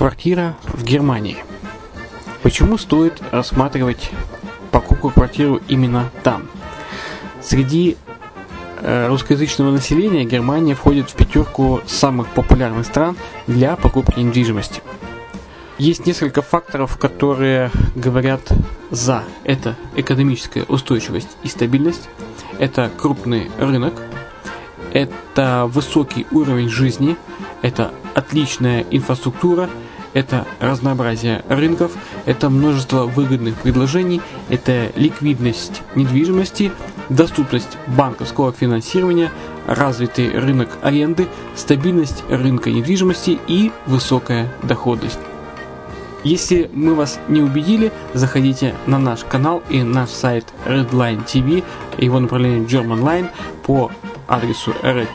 Квартира в Германии. Почему стоит рассматривать покупку квартиры именно там? Среди русскоязычного населения Германия входит в пятерку самых популярных стран для покупки недвижимости. Есть несколько факторов, которые говорят за. Это экономическая устойчивость и стабильность, это крупный рынок, это высокий уровень жизни, это отличная инфраструктура, это разнообразие рынков, это множество выгодных предложений, это ликвидность недвижимости, доступность банковского финансирования, развитый рынок аренды, стабильность рынка недвижимости и высокая доходность. Если мы вас не убедили, заходите на наш канал и наш сайт Redline TV, его направление German Line по адресу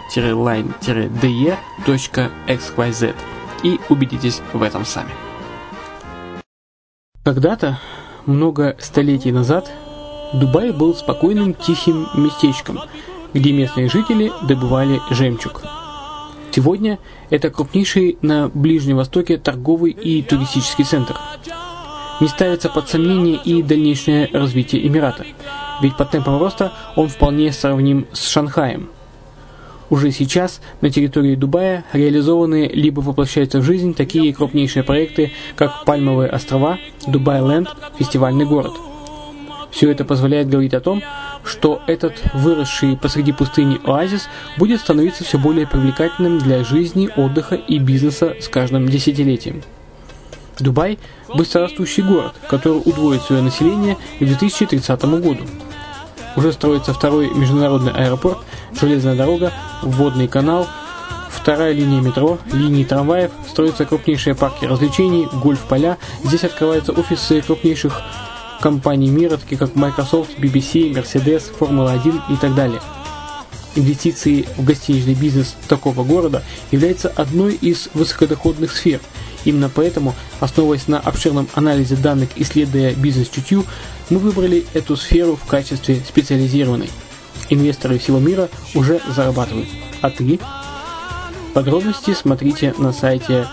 red-line-de.xyz и убедитесь в этом сами. Когда-то, много столетий назад, Дубай был спокойным тихим местечком, где местные жители добывали жемчуг. Сегодня это крупнейший на Ближнем Востоке торговый и туристический центр. Не ставится под сомнение и дальнейшее развитие Эмирата, ведь по темпам роста он вполне сравним с Шанхаем. Уже сейчас на территории Дубая реализованы либо воплощаются в жизнь такие крупнейшие проекты, как Пальмовые острова, Дубай-Ленд, фестивальный город. Все это позволяет говорить о том, что этот выросший посреди пустыни оазис будет становиться все более привлекательным для жизни, отдыха и бизнеса с каждым десятилетием. Дубай – быстрорастущий город, который удвоит свое население к 2030 году. Уже строится второй международный аэропорт, железная дорога, водный канал, вторая линия метро, линии трамваев, строятся крупнейшие парки развлечений, гольф-поля. Здесь открываются офисы крупнейших компаний мира, таких как Microsoft, BBC, Mercedes, Формула-1 и так далее. Инвестиции в гостиничный бизнес такого города являются одной из высокодоходных сфер. Именно поэтому, основываясь на обширном анализе данных, исследуя бизнес-чутью, мы выбрали эту сферу в качестве специализированной. Инвесторы всего мира уже зарабатывают. А ты? Подробности смотрите на сайте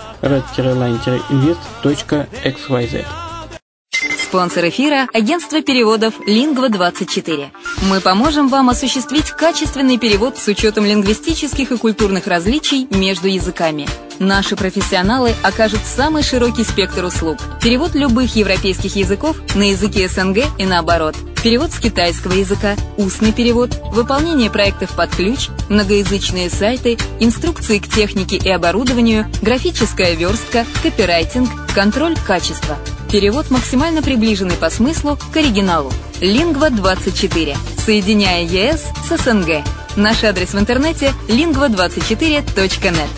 red-line-invest.xyz. Спонсор эфира – агентство переводов Lingva24. Мы поможем вам осуществить качественный перевод с учетом лингвистических и культурных различий между языками. Наши профессионалы окажут самый широкий спектр услуг. Перевод любых европейских языков на языки СНГ и наоборот. Перевод с китайского языка, устный перевод, выполнение проектов под ключ, многоязычные сайты, инструкции к технике и оборудованию, графическая верстка, копирайтинг, контроль качества. Перевод максимально приближенный по смыслу к оригиналу. Lingva24. Соединяя ЕС с СНГ. Наш адрес в интернете lingva24.net.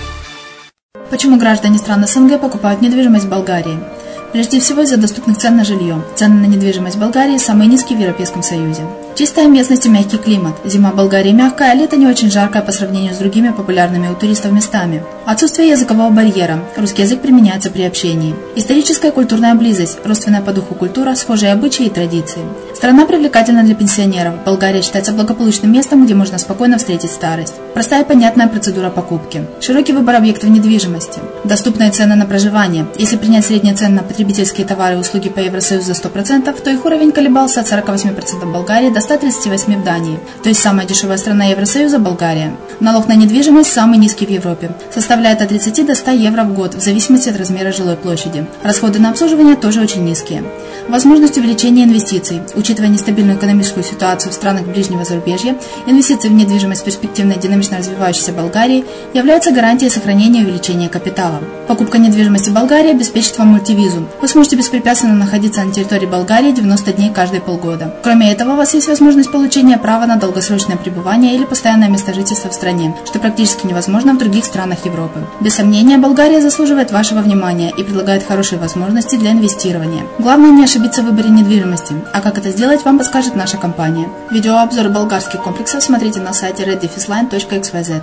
Почему граждане стран СНГ покупают недвижимость в Болгарии? Прежде всего из-за доступных цен на жилье. Цены на недвижимость в Болгарии самые низкие в Европейском Союзе. Чистая местность и мягкий климат. Зима в Болгарии мягкая, а лето не очень жаркое по сравнению с другими популярными у туристов местами. Отсутствие языкового барьера. Русский язык применяется при общении. Историческая и культурная близость. Родственная по духу культура, схожие обычаи и традиции. Страна привлекательна для пенсионеров. Болгария считается благополучным местом, где можно спокойно встретить старость. Простая и понятная процедура покупки. Широкий выбор объектов недвижимости. Доступные цены на проживание. Если принять средние цены на потребительские товары и услуги по Евросоюзу за 100%, то их уровень колебался от 48% в Болгарии до 138% в Дании. То есть самая дешевая страна Евросоюза – Болгария. Налог на недвижимость самый низкий в Европе. Составляет от 30 до 100 евро в год, в зависимости от размера жилой площади. Расходы на обслуживание тоже очень низкие. Возможность увеличения инвестиций. Учитывая нестабильную экономическую ситуацию в странах ближнего зарубежья, инвестиции в недвижимость в перспективной динамично развивающейся Болгарии являются гарантией сохранения и увеличения капитала. Покупка недвижимости в Болгарии обеспечит вам мультивизу. Вы сможете беспрепятственно находиться на территории Болгарии 90 дней каждые полгода. Кроме этого, у вас есть возможность получения права на долгосрочное пребывание или постоянное место жительства в стране, что практически невозможно в других странах Европы. Без сомнения, Болгария заслуживает вашего внимания и предлагает хорошие возможности для инвестирования. Главное не ошибиться в выборе недвижимости, а как это сделать, вам подскажет наша компания. Видеообзор болгарских комплексов смотрите на сайте red-line.xyz.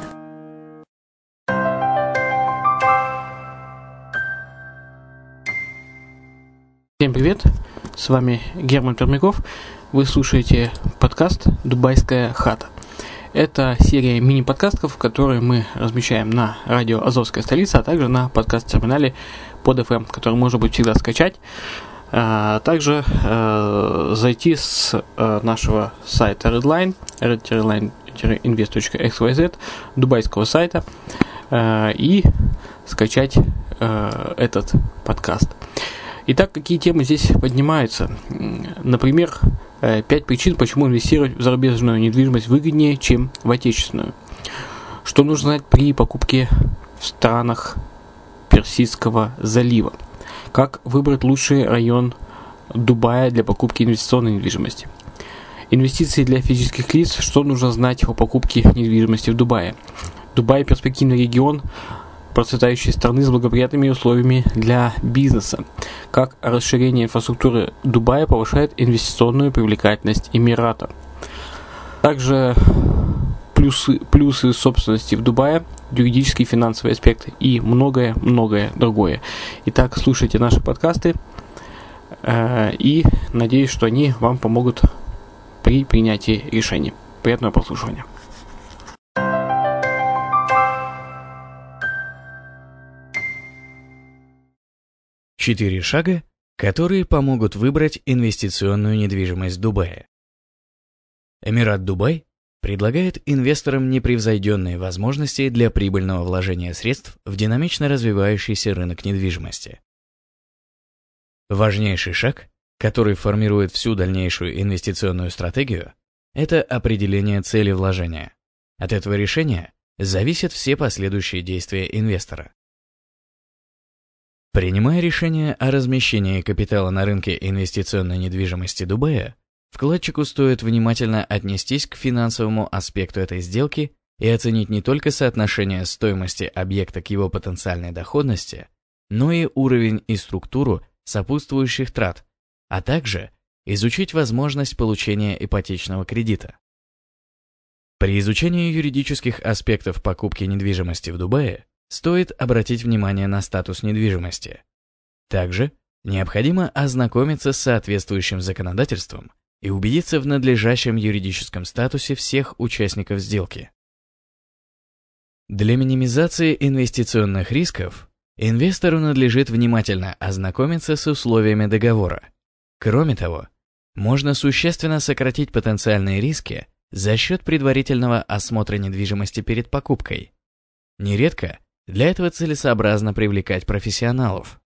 Всем привет, с вами Герман Пермяков, вы слушаете подкаст «Дубайская хата». Это серия мини-подкастов, которые мы размещаем на радио «Азовская столица», а также на подкаст-терминале под FM, который можно будет всегда скачать. Также зайти с нашего сайта Redline, red-invest.xyz, дубайского сайта, и скачать этот подкаст. Итак, какие темы здесь поднимаются? Например, 5 причин, почему инвестировать в зарубежную недвижимость выгоднее, чем в отечественную. Что нужно знать при покупке в странах Персидского залива. Как выбрать лучший район Дубая для покупки инвестиционной недвижимости. Инвестиции для физических лиц. Что нужно знать о покупке недвижимости в Дубае. Дубай – перспективный регион процветающей страны с благоприятными условиями для бизнеса. Как расширение инфраструктуры Дубая повышает инвестиционную привлекательность Эмирата. Также плюсы собственности в Дубае, юридические и финансовые аспекты и многое-многое другое. Итак, слушайте наши подкасты и надеюсь, что они вам помогут при принятии решений. Приятного прослушивания. 4 шага, которые помогут выбрать инвестиционную недвижимость в Дубае. Эмират Дубай предлагает инвесторам непревзойденные возможности для прибыльного вложения средств в динамично развивающийся рынок недвижимости. Важнейший шаг, который формирует всю дальнейшую инвестиционную стратегию, это определение цели вложения. От этого решения зависят все последующие действия инвестора. Принимая решение о размещении капитала на рынке инвестиционной недвижимости Дубая, вкладчику стоит внимательно отнестись к финансовому аспекту этой сделки и оценить не только соотношение стоимости объекта к его потенциальной доходности, но и уровень и структуру сопутствующих трат, а также изучить возможность получения ипотечного кредита. При изучении юридических аспектов покупки недвижимости в Дубае стоит обратить внимание на статус недвижимости. Также необходимо ознакомиться с соответствующим законодательством и убедиться в надлежащем юридическом статусе всех участников сделки. Для минимизации инвестиционных рисков инвестору надлежит внимательно ознакомиться с условиями договора. Кроме того, можно существенно сократить потенциальные риски за счет предварительного осмотра недвижимости перед покупкой. Нередко для этого целесообразно привлекать профессионалов.